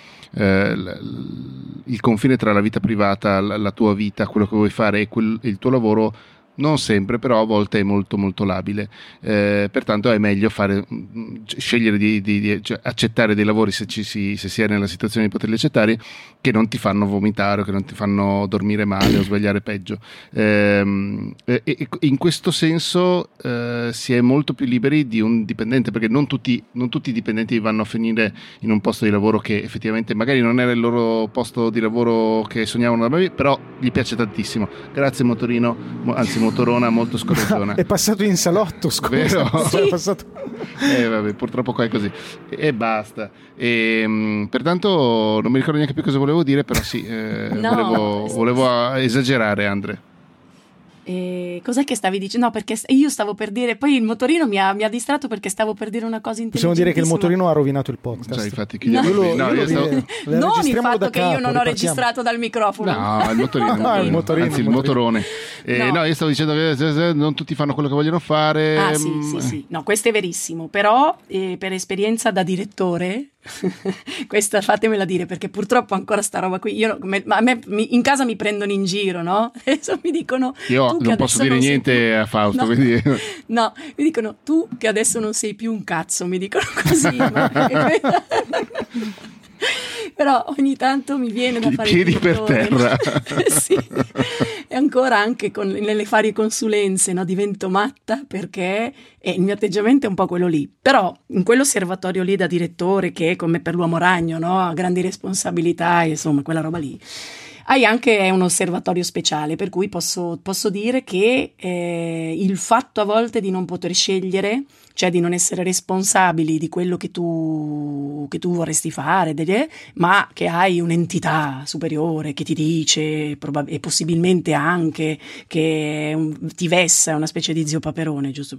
il confine tra la vita privata, la tua vita, quello che vuoi fare e il tuo lavoro non sempre, però a volte è molto molto labile, pertanto è meglio scegliere cioè accettare dei lavori se si è nella situazione di poterli accettare, che non ti fanno vomitare o che non ti fanno dormire male o svegliare peggio, e in questo senso si è molto più liberi di un dipendente, perché non tutti i dipendenti vanno a finire in un posto di lavoro che effettivamente magari non era il loro posto di lavoro che sognavano da bambini, però gli piace tantissimo. Grazie motorino, anzi motorona molto scorreggiona. È passato in salotto, scusa. Vero? Sì. È passato... vabbè, purtroppo qua è così. E basta. Pertanto non mi ricordo neanche più cosa volevo dire, però sì, volevo esagerare, Andre. Cos'è che stavi dicendo? No, perché io stavo per dire, poi il motorino mi ha distratto perché stavo per dire una cosa intelligentissima. Possiamo dire che il motorino ha rovinato il podcast. Cioè, infatti, non il fatto che io non ho registrato dal microfono. No, il motorino, anzi il motorone. No, io stavo dicendo che non tutti fanno quello che vogliono fare. Sì. No, questo è verissimo, però per esperienza da direttore questa fatemela dire, perché purtroppo ancora sta roba qui a me in casa mi prendono in giro, no? Adesso mi dicono io non posso dire niente a Fausto, quindi... no, mi dicono tu che adesso non sei più un cazzo, mi dicono così però ogni tanto mi viene da fare piedi per terra. Sì. E ancora anche nelle varie consulenze, no? Divento matta perché il mio atteggiamento è un po' quello lì, però in quell'osservatorio lì da direttore, che è come per l'uomo ragno, no? Ha grandi responsabilità, insomma quella roba lì, hai anche un osservatorio speciale, per cui posso dire che il fatto a volte di non poter scegliere, cioè di non essere responsabili di quello che tu vorresti fare, ma che hai un'entità superiore che ti dice, e possibilmente anche che ti vessa, una specie di zio Paperone, giusto?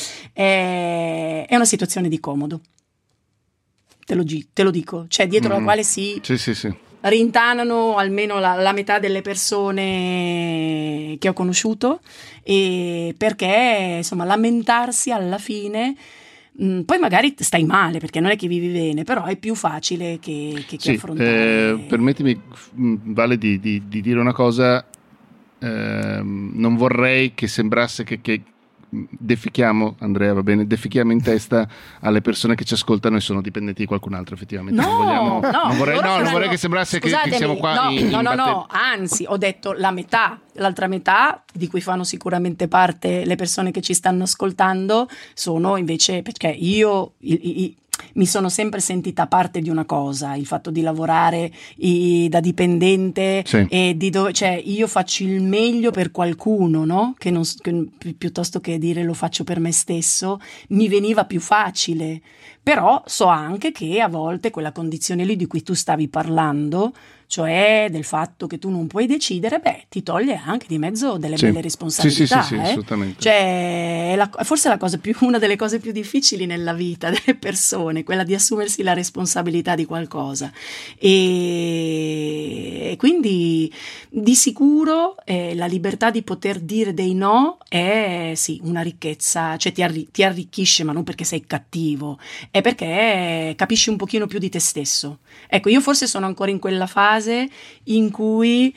È una situazione di comodo, te lo dico, cioè dietro la quale sì. rintanano almeno la metà delle persone che ho conosciuto, e perché insomma lamentarsi alla fine, poi magari stai male perché non è che vivi bene, però è più facile che affrontare. Permettimi, Vale, di dire una cosa. Non vorrei che sembrasse che defichiamo, Andrea, va bene, defichiamo in testa alle persone che ci ascoltano e sono dipendenti di qualcun altro, effettivamente. Non vorrei che sembrasse che siamo qua no, anzi, ho detto la metà, l'altra metà di cui fanno sicuramente parte le persone che ci stanno ascoltando sono invece, perché io mi sono sempre sentita parte di una cosa, il fatto di lavorare da dipendente, sì. E cioè io faccio il meglio per qualcuno, no? Che piuttosto che dire lo faccio per me stesso, mi veniva più facile. Però so anche che a volte quella condizione lì di cui tu stavi parlando, cioè del fatto che tu non puoi decidere, ti toglie anche di mezzo delle belle responsabilità. Sì, assolutamente. Cioè, forse una delle cose più difficili nella vita delle persone, quella di assumersi la responsabilità di qualcosa. E quindi di sicuro la libertà di poter dire dei no è sì una ricchezza, cioè ti arricchisce, ma non perché sei cattivo, è perché capisci un pochino più di te stesso. Ecco, io forse sono ancora in quella fase in cui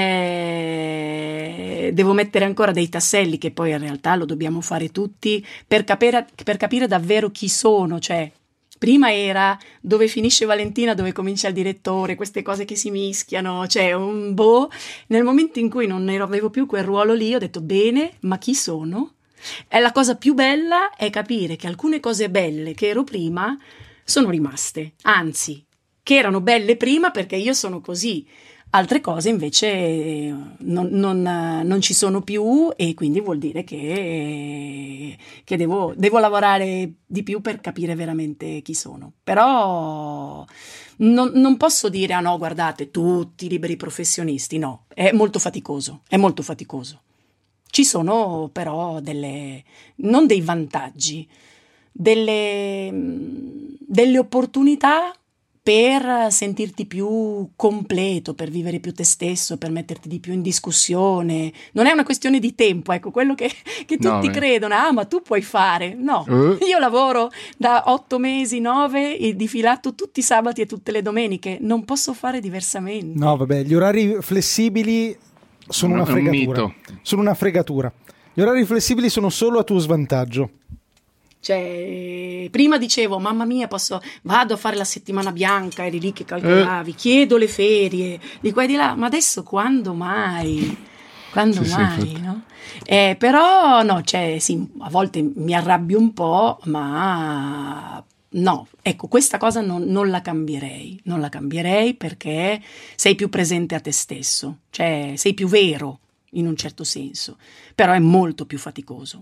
devo mettere ancora dei tasselli, che poi in realtà lo dobbiamo fare tutti, per capire davvero chi sono. Cioè, prima era dove finisce Valentina, dove comincia il direttore, queste cose che si mischiano, cioè nel momento in cui non avevo più quel ruolo lì, ho detto bene, ma chi sono? E la cosa più bella è capire che alcune cose belle che ero prima sono rimaste, anzi, che erano belle prima perché io sono così. Altre cose invece non ci sono più, e quindi vuol dire che devo lavorare di più per capire veramente chi sono. Però non posso dire, no, guardate, tutti liberi professionisti, no, è molto faticoso. Ci sono però non dei vantaggi, delle opportunità per sentirti più completo, per vivere più te stesso, per metterti di più in discussione. Non è una questione di tempo, ecco, quello che tutti credono, ma tu puoi fare. No, io lavoro da 8 mesi, 9, e di filato tutti i sabati e tutte le domeniche, non posso fare diversamente. No, vabbè, gli orari flessibili sono una fregatura. Sono una fregatura. Gli orari flessibili sono solo a tuo svantaggio. Cioè, prima dicevo, mamma mia, vado a fare la settimana bianca, eri lì che calcolavi, chiedo le ferie, di qua e di là, ma adesso quando mai? No? Però no, cioè, sì, a volte mi arrabbio un po', ma no, ecco, questa cosa non la cambierei perché sei più presente a te stesso, cioè sei più vero in un certo senso, però è molto più faticoso.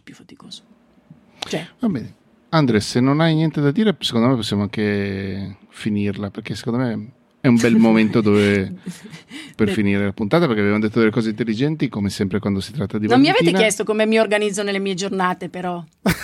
Cioè. Va bene, Andre, se non hai niente da dire, secondo me possiamo anche finirla, perché secondo me è un bel momento per finire la puntata, perché abbiamo detto delle cose intelligenti, come sempre quando si tratta di Valentina. Non mi avete chiesto come mi organizzo nelle mie giornate, però.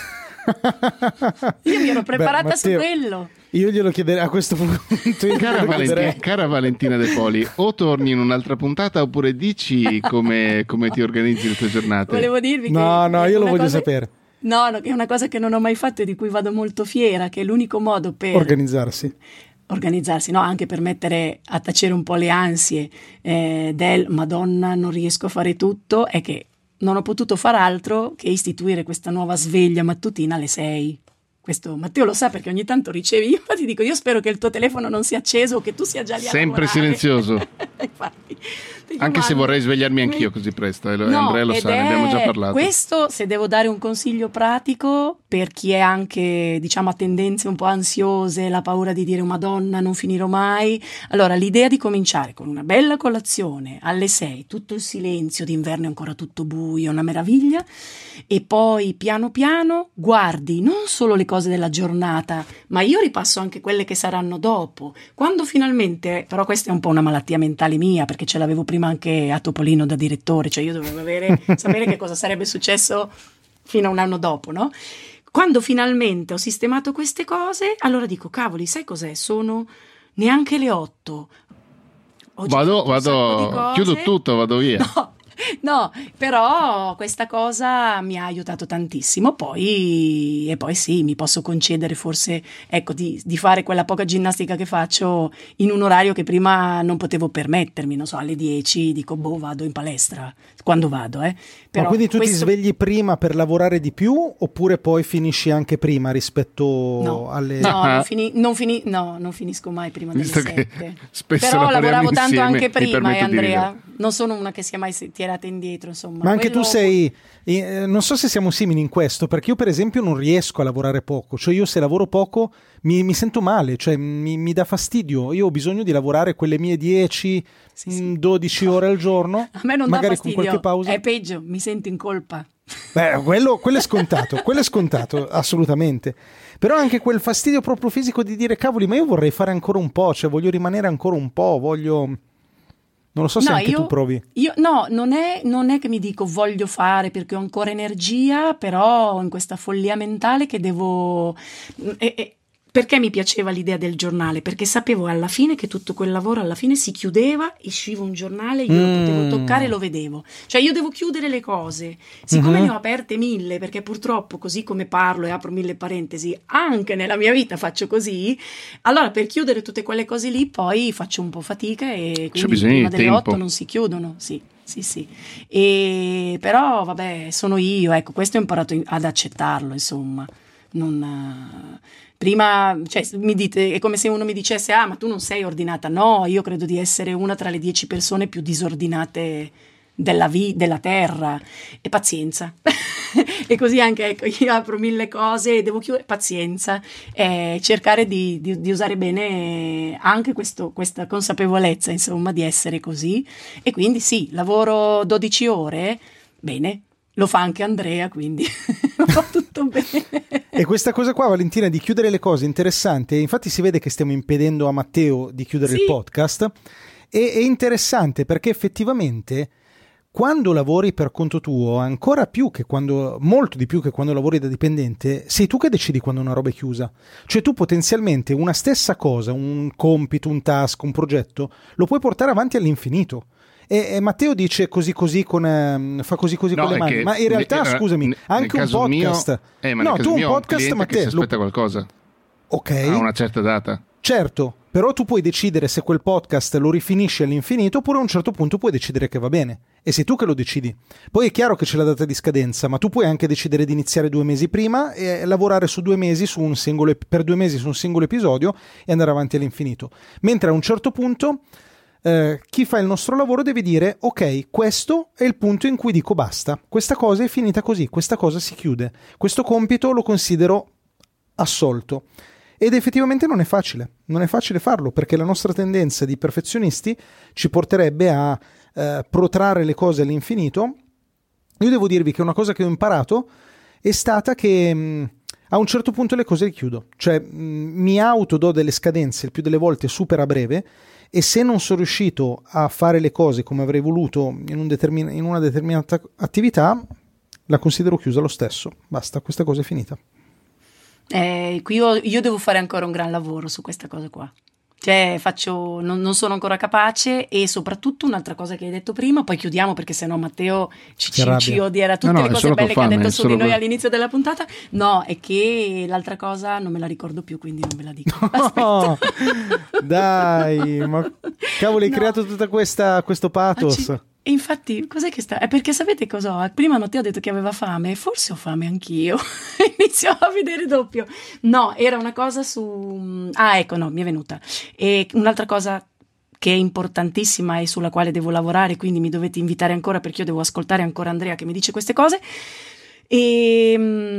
Io mi ero preparata Matteo, su quello. Io glielo chiederei a questo punto. Cara Valentina De Poli, o torni in un'altra puntata oppure dici come ti organizzi le tue giornate. Volevo dirvi che no, io lo voglio sapere. No, è una cosa che non ho mai fatto e di cui vado molto fiera, che è l'unico modo per organizzarsi, no, anche per mettere a tacere un po' le ansie del Madonna, non riesco a fare tutto, è che non ho potuto far altro che istituire questa nuova sveglia mattutina alle 6. Questo Matteo lo sa perché ogni tanto ricevi, io ti dico, io spero che il tuo telefono non sia acceso o che tu sia già lì a sempre lavorare. Silenzioso. Infatti, anche se vorrei svegliarmi anch'io così presto, Andrea lo sa, ne abbiamo già parlato. Questo, se devo dare un consiglio pratico per chi è anche, diciamo, ha tendenze un po' ansiose, la paura di dire Madonna non finirò mai, allora l'idea di cominciare con una bella colazione alle 6, tutto il silenzio, d'inverno è ancora tutto buio, una meraviglia, e poi piano piano guardi non solo le cose della giornata, ma io ripasso anche quelle che saranno dopo, quando finalmente, però questa è un po' una malattia mentale mia, perché ce l'avevo prima anche a Topolino da direttore, cioè io dovevo sapere che cosa sarebbe successo fino a un anno dopo, no? Quando finalmente ho sistemato queste cose, allora dico, cavoli, sai cos'è? Sono neanche le 8, chiudo tutto, vado via. No, però questa cosa mi ha aiutato tantissimo. E poi sì, mi posso concedere forse, ecco, di fare quella poca ginnastica che faccio in un orario che prima non potevo permettermi, non so, alle 10 dico, vado in palestra, quando vado, Però ma quindi tu ti svegli prima per lavorare di più, oppure poi finisci anche prima rispetto alle... No, non finisco mai prima delle 7. Però lavoravo tanto insieme, anche prima, Andrea. Non sono una che si è mai tirata indietro, insomma. Ma anche tu sei... non so se siamo simili in questo, perché io per esempio non riesco a lavorare poco. Cioè io se lavoro poco mi sento male, cioè mi dà fastidio. Io ho bisogno di lavorare quelle mie 10, 12 ore al giorno. A me non magari dà fastidio, con qualche pausa. è peggio, mi sento in colpa. Beh, quello è scontato, assolutamente. Però anche quel fastidio proprio fisico di dire, cavoli, ma io vorrei fare ancora un po', cioè voglio rimanere ancora un po', non lo so se anche tu provi. No, non è che mi dico voglio fare perché ho ancora energia, però ho in questa follia mentale che devo... Perché mi piaceva l'idea del giornale? Perché sapevo alla fine che tutto quel lavoro alla fine si chiudeva, usciva un giornale, io lo potevo toccare e lo vedevo. Cioè io devo chiudere le cose. Siccome ne ho aperte 1000, perché purtroppo così come parlo e apro 1000 parentesi, anche nella mia vita faccio così, allora per chiudere tutte quelle cose lì poi faccio un po' fatica e quindi prima delle 8 non si chiudono, sì. Però vabbè, sono io, ecco, questo ho imparato ad accettarlo, insomma. Prima, cioè, mi dite, è come se uno mi dicesse, ma tu non sei ordinata. No, io credo di essere una tra le 10 persone più disordinate della terra. E pazienza. E così anche, ecco, io apro 1000 cose e devo chiudere, pazienza, cercare di usare bene anche questa consapevolezza, insomma, di essere così. E quindi sì, lavoro 12 ore, bene. Lo fa anche Andrea, quindi va tutto bene. E questa cosa qua, Valentina, di chiudere le cose, interessante. Infatti si vede che stiamo impedendo a Matteo di chiudere il podcast. È interessante perché effettivamente quando lavori per conto tuo, ancora più che molto di più che quando lavori da dipendente, sei tu che decidi quando una roba è chiusa. Cioè tu potenzialmente una stessa cosa, un compito, un task, un progetto, lo puoi portare avanti all'infinito. E Matteo dice fa così con le mani, ma in realtà scusami, anche un podcast. Ma tu un podcast, Matteo, si aspetta qualcosa. Ok. A una certa data. Certo, però tu puoi decidere se quel podcast lo rifinisci all'infinito oppure a un certo punto puoi decidere che va bene. E sei tu che lo decidi. Poi è chiaro che c'è la data di scadenza, ma tu puoi anche decidere di iniziare 2 mesi prima e lavorare su 2 mesi per 2 mesi su un singolo episodio e andare avanti all'infinito. Mentre a un certo punto chi fa il nostro lavoro deve dire ok, questo è il punto in cui dico basta, questa cosa è finita così, questa cosa si chiude, questo compito lo considero assolto. Ed effettivamente non è facile farlo, perché la nostra tendenza di perfezionisti ci porterebbe a protrarre le cose all'infinito. Io devo dirvi che una cosa che ho imparato è stata che a un certo punto le cose le chiudo, cioè mi autodo delle scadenze il più delle volte super a breve, e se non sono riuscito a fare le cose come avrei voluto in una determinata attività, la considero chiusa lo stesso. Basta, questa cosa è finita. Qui io devo fare ancora un gran lavoro su questa cosa qua. Cioè non sono ancora capace, e soprattutto un'altra cosa che hai detto prima, poi chiudiamo perché sennò Matteo ci odierà tutte le cose belle che ha detto su di noi all'inizio della puntata. No, è che l'altra cosa non me la ricordo più, quindi non ve la dico. No, dai, ma cavolo, hai creato tutta questo pathos. E infatti, cos'è che sta? È perché sapete cos'ho? Prima Matteo ha detto che aveva fame, forse ho fame anch'io. Inizio a vedere doppio. No, era una cosa su... ecco, no, mi è venuta. E un'altra cosa che è importantissima e sulla quale devo lavorare, quindi mi dovete invitare ancora perché io devo ascoltare ancora Andrea che mi dice queste cose, è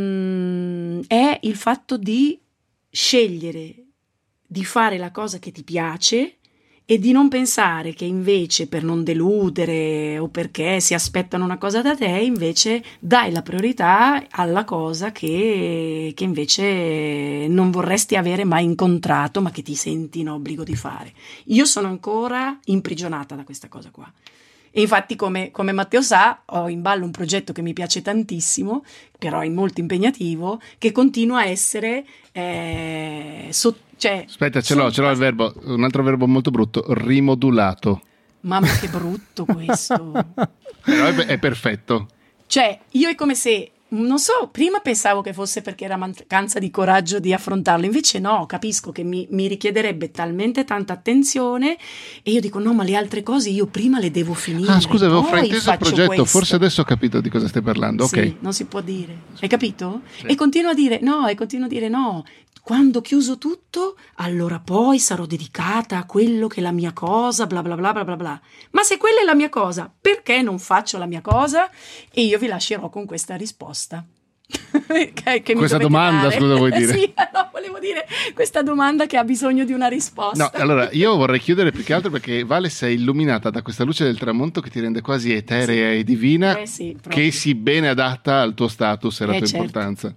il fatto di scegliere di fare la cosa che ti piace e di non pensare che invece, per non deludere o perché si aspettano una cosa da te, invece dai la priorità alla cosa che invece non vorresti avere mai incontrato, ma che ti senti in obbligo di fare. Io sono ancora imprigionata da questa cosa qua. E infatti, come Matteo sa, ho in ballo un progetto che mi piace tantissimo, però è molto impegnativo, che continua a essere aspetta, ce l'ho il verbo, un altro verbo molto brutto, rimodulato. Mamma che brutto questo. Però è perfetto. Cioè, io è come se, non so, prima pensavo che fosse perché era mancanza di coraggio di affrontarlo, invece no, capisco che mi richiederebbe talmente tanta attenzione e io dico no, ma le altre cose io prima le devo finire. Ah, scusa, avevo frainteso il progetto, questo. forse adesso ho capito di cosa stai parlando, ok. Sì, non si può dire, hai capito? Sì. E continua a dire no, quando ho chiuso tutto, allora poi sarò dedicata a quello che è la mia cosa, bla bla bla bla bla bla. Ma se quella è la mia cosa, perché non faccio la mia cosa? E io vi lascerò con questa risposta. che questa domanda, dare. Scusa, vuoi dire? Sì, no, volevo dire questa domanda che ha bisogno di una risposta. No, allora, io vorrei chiudere più che altro perché Vale sei illuminata da questa luce del tramonto che ti rende quasi eterea e divina, sì, che si ben adatta al tuo status e alla tua importanza.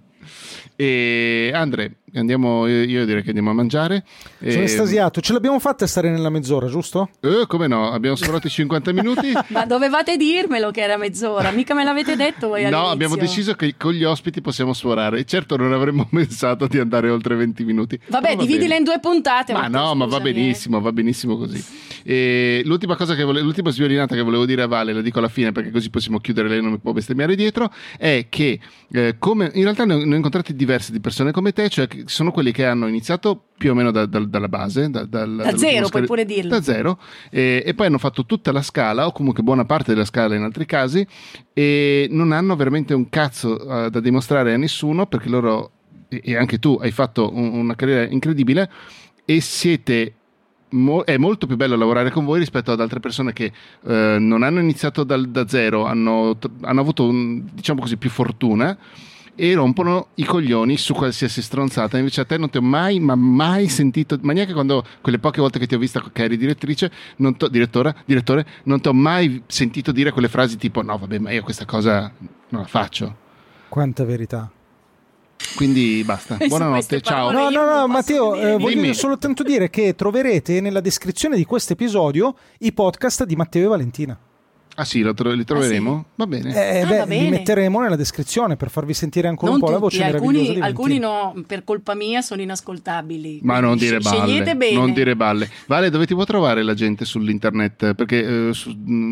E Andre, andiamo, io direi che andiamo a mangiare. Sono estasiato, ce l'abbiamo fatta stare nella mezz'ora, giusto? Come no, abbiamo sforato i 50 minuti. Ma dovevate dirmelo che era mezz'ora, mica me l'avete detto voi all'inizio. No, abbiamo deciso che con gli ospiti possiamo sforare. Certo non avremmo pensato di andare oltre 20 minuti. Vabbè, dividile in 2 puntate. Ma no, ma va benissimo così. E l'ultima cosa l'ultima sviolinata che volevo dire a Vale, la dico alla fine perché così possiamo chiudere, lei non mi può bestemmiare dietro, è che come in realtà ne ho incontrati diverse di persone come te, cioè che sono quelli che hanno iniziato più o meno dalla base, da zero, puoi pure dirlo. Da zero, e poi hanno fatto tutta la scala, o comunque buona parte della scala in altri casi, e non hanno veramente un cazzo da dimostrare a nessuno, perché loro, e anche tu, hai fatto una carriera incredibile, e siete... è molto più bello lavorare con voi rispetto ad altre persone che non hanno iniziato da zero, hanno avuto diciamo così più fortuna e rompono i coglioni su qualsiasi stronzata. Invece a te non ti ho mai sentito, ma neanche quando quelle poche volte che ti ho vista che eri direttrice, direttore, non ti ho mai sentito dire quelle frasi tipo no vabbè, ma io questa cosa non la faccio. Quanta verità. Quindi basta, buonanotte, ciao. No, Matteo, voglio soltanto dire che troverete nella descrizione di questo episodio i podcast di Matteo e Valentina. Ah sì, li troveremo? Ah, sì? Va bene. Va bene. Li metteremo nella descrizione per farvi sentire ancora non un po' tutti, la voce meravigliosa di alcuni no, per colpa mia sono inascoltabili. Ma non dire balle. Scegliete bene. Non dire balle. Vale, dove ti può trovare la gente sull'internet? Perché su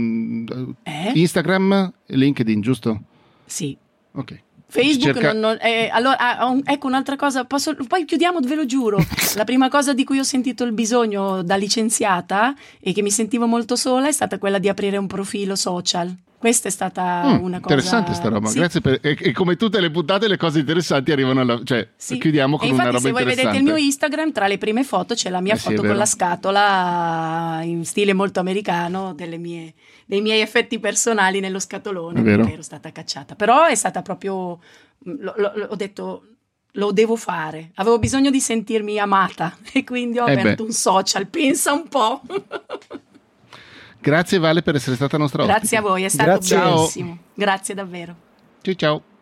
Instagram e LinkedIn, giusto? Sì. Ok. Facebook allora, ecco un'altra cosa, poi chiudiamo, ve lo giuro. La prima cosa di cui ho sentito il bisogno da licenziata e che mi sentivo molto sola è stata quella di aprire un profilo social. Questa è stata una cosa interessante sta roba, sì. Grazie e come tutte le puntate le cose interessanti arrivano sì. Chiudiamo con una roba interessante. Se voi vedete il mio Instagram, tra le prime foto c'è la mia foto con la scatola in stile molto americano dei miei effetti personali nello scatolone, perché ero stata cacciata. Però è stata proprio ho detto lo devo fare, avevo bisogno di sentirmi amata e quindi ho aperto un social, pensa un po'. Grazie Vale per essere stata nostra ospite. Grazie a voi, è stato bellissimo. Grazie davvero. Ciao.